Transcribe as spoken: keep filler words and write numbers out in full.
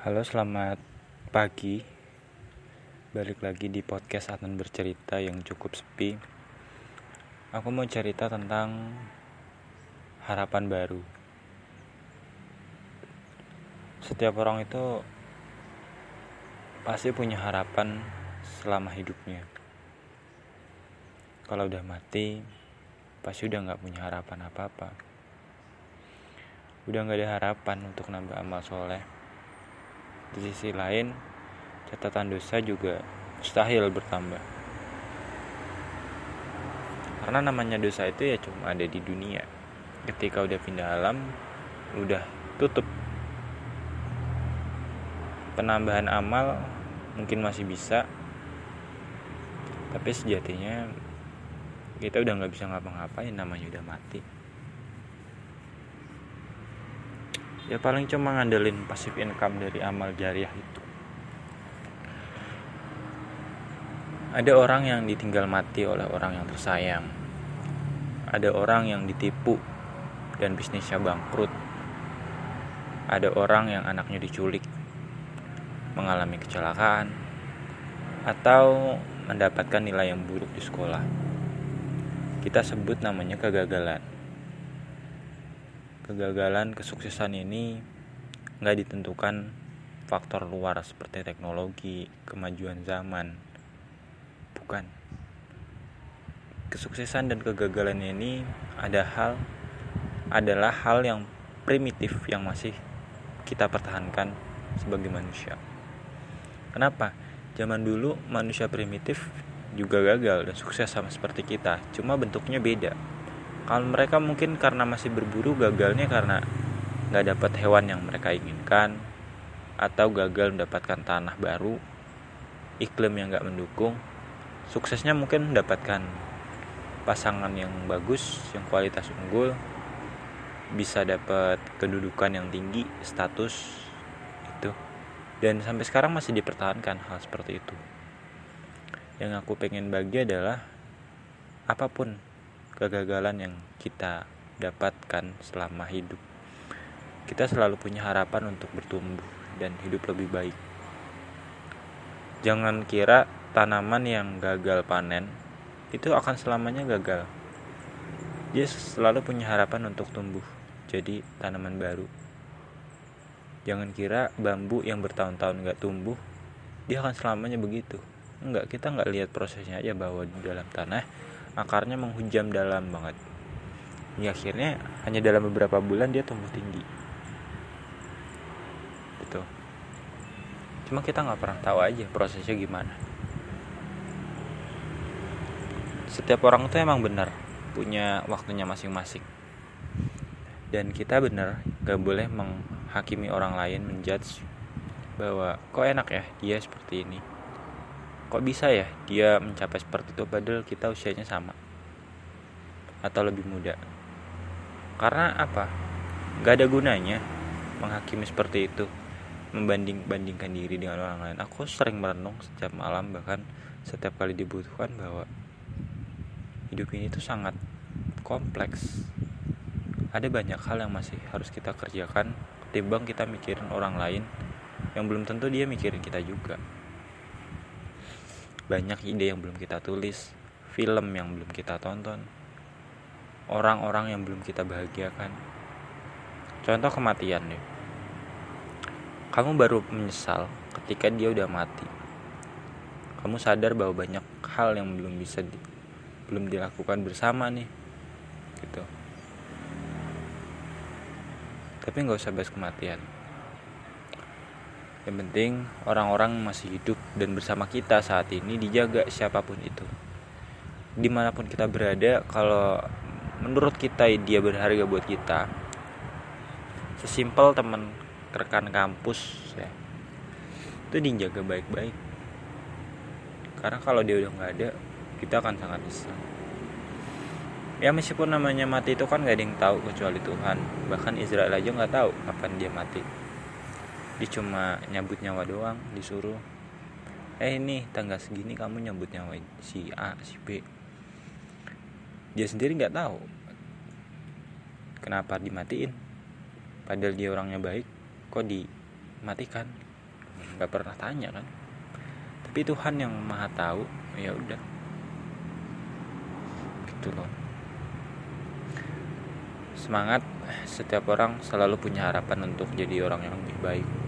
Halo, selamat pagi. Balik lagi di podcast Adnan Bercerita yang cukup sepi. Aku mau cerita tentang harapan baru. Setiap orang itu pasti punya harapan selama hidupnya. Kalau udah mati, pasti udah gak punya harapan apa-apa. Udah gak ada harapan untuk nambah amal soleh. Di sisi lain, catatan dosa juga mustahil bertambah. Karena namanya dosa itu ya cuma ada di dunia. Ketika udah pindah alam, udah tutup. Penambahan amal mungkin masih bisa, tapi sejatinya kita udah gak bisa ngapa-ngapain, namanya udah mati. Ya paling cuma ngandelin passive income dari amal jariah itu. Ada orang yang ditinggal mati oleh orang yang tersayang. Ada orang yang ditipu dan bisnisnya bangkrut. Ada orang yang anaknya diculik, mengalami kecelakaan, atau mendapatkan nilai yang buruk di sekolah. Kita sebut namanya kegagalan. Kegagalan kesuksesan ini gak ditentukan faktor luar seperti teknologi, kemajuan zaman. Bukan. Kesuksesan dan kegagalan ini ada hal adalah hal yang primitif yang masih kita pertahankan sebagai manusia. Kenapa? Zaman dulu manusia primitif juga gagal dan sukses sama seperti kita, cuma bentuknya beda. Kalau mereka mungkin karena masih berburu, gagalnya karena gak dapat hewan yang mereka inginkan, atau gagal mendapatkan tanah baru, iklim yang gak mendukung. Suksesnya mungkin mendapatkan pasangan yang bagus, yang kualitas unggul, bisa dapat kedudukan yang tinggi, status itu. Dan sampai sekarang masih dipertahankan hal seperti itu. Yang aku pengen bagi adalah apapun kegagalan yang kita dapatkan selama hidup, kita selalu punya harapan untuk bertumbuh dan hidup lebih baik. Jangan kira tanaman yang gagal panen itu akan selamanya gagal. Dia selalu punya harapan untuk tumbuh jadi tanaman baru. Jangan kira bambu yang bertahun-tahun gak tumbuh, dia akan selamanya begitu. Enggak, kita gak lihat prosesnya aja bahwa di dalam tanah akarnya menghujam dalam banget. Ya akhirnya hanya dalam beberapa bulan dia tumbuh tinggi. Gitu. Cuma kita gak pernah tahu aja prosesnya gimana. Setiap orang itu emang benar punya waktunya masing-masing. Dan kita benar gak boleh menghakimi orang lain, menjudge bahwa kok enak ya dia seperti ini, kok bisa ya dia mencapai seperti itu padahal kita usianya sama atau lebih muda. Karena apa? Gak ada gunanya menghakimi seperti itu, membanding-bandingkan diri dengan orang lain. Aku sering merenung setiap malam, bahkan setiap kali dibutuhkan, bahwa hidup ini tuh sangat kompleks. Ada banyak hal yang masih harus kita kerjakan ketimbang kita mikirin orang lain yang belum tentu dia mikirin kita juga. Banyak ide yang belum kita tulis, film yang belum kita tonton, orang-orang yang belum kita bahagiakan. Contoh kematian deh. Kamu baru menyesal ketika dia udah mati. Kamu sadar bahwa banyak hal yang belum bisa di, belum dilakukan bersama nih, gitu. Tapi nggak usah bahas kematian. Yang penting orang-orang masih hidup dan bersama kita saat ini, dijaga siapapun itu. Dimanapun kita berada, kalau menurut kita dia berharga buat kita, sesimpel teman rekan kampus ya, itu dijaga baik-baik. Karena kalau dia udah nggak ada, kita akan sangat nyesal. Ya meskipun namanya mati itu kan gak ada yang tahu kecuali Tuhan. Bahkan Israel aja nggak tahu kapan dia mati. Dia cuma nyambut nyawa doang, disuruh, eh nih tanggal segini kamu nyambut nyawa si A, si B. Dia sendiri nggak tahu kenapa dimatiin, padahal dia orangnya baik, kok dimatikan. nggak pernah tanya kan. Tapi Tuhan yang maha tahu, ya udah gitu loh. Semangat, setiap orang selalu punya harapan untuk jadi orang yang lebih baik.